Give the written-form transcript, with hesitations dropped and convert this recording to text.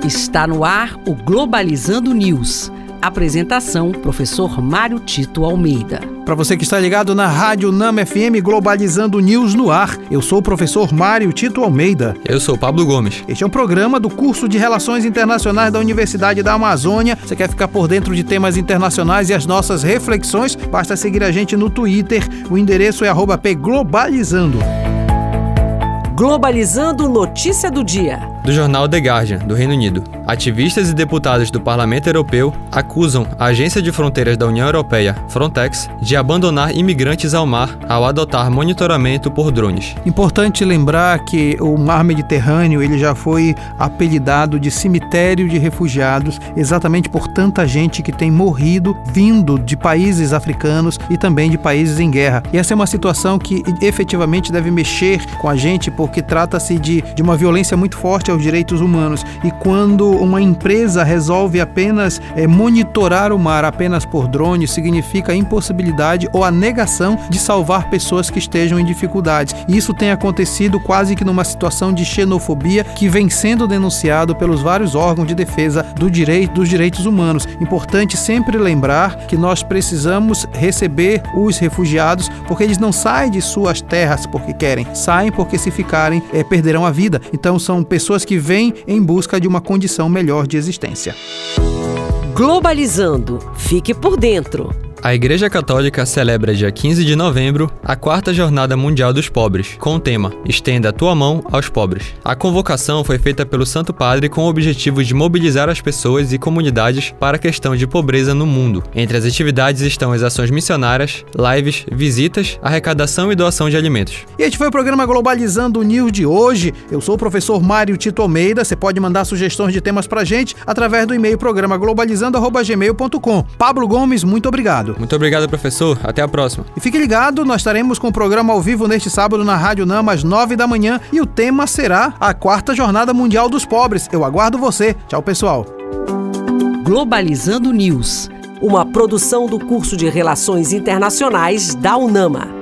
Está no ar o Globalizando News. Apresentação, professor Mário Tito Almeida. Para você que está ligado na Rádio Nama FM Globalizando News no ar, eu sou o professor Mário Tito Almeida. Eu sou o Pablo Gomes. Este é um programa do curso de Relações Internacionais da Universidade da Amazônia. Você quer ficar por dentro de temas internacionais e as nossas reflexões? Basta seguir a gente no Twitter. O endereço é @pglobalizando. Globalizando notícia do dia. Do jornal The Guardian, do Reino Unido. Ativistas e deputados do Parlamento Europeu acusam a Agência de Fronteiras da União Europeia, Frontex, de abandonar imigrantes ao mar ao adotar monitoramento por drones. Importante lembrar que o mar Mediterrâneo ele já foi apelidado de cemitério de refugiados, exatamente por tanta gente que tem morrido vindo de países africanos e também de países em guerra. E essa é uma situação que efetivamente deve mexer com a gente, porque trata-se de uma violência muito forte aos direitos humanos. E quando uma empresa resolve apenas monitorar o mar apenas por drone, significa a impossibilidade ou a negação de salvar pessoas que estejam em dificuldades. E isso tem acontecido quase que numa situação de xenofobia que vem sendo denunciado pelos vários órgãos de defesa dos direitos humanos. Importante sempre lembrar que nós precisamos receber os refugiados, porque eles não saem de suas terras porque querem, saem porque se ficarem perderão a vida. Então são pessoas que vêm em busca de uma condição melhor de existência. Globalizando. Fique por dentro. A Igreja Católica celebra dia 15 de novembro a 4ª Jornada Mundial dos Pobres, com o tema Estenda a tua mão aos pobres. A convocação foi feita pelo Santo Padre com o objetivo de mobilizar as pessoas e comunidades para a questão de pobreza no mundo. Entre as atividades estão as ações missionárias, lives, visitas, arrecadação e doação de alimentos. E este foi o programa Globalizando News de hoje. Eu sou o professor Mário Tito Almeida. Você pode mandar sugestões de temas pra gente através do e-mail programa globalizando@gmail.com. Pablo Gomes, muito obrigado. Muito obrigado, professor. Até a próxima. E fique ligado, nós estaremos com o programa ao vivo neste sábado na Rádio Nama às 9 da manhã e o tema será a 4ª Jornada Mundial dos Pobres. Eu aguardo você. Tchau, pessoal. Globalizando News, uma produção do curso de Relações Internacionais da UNAMA.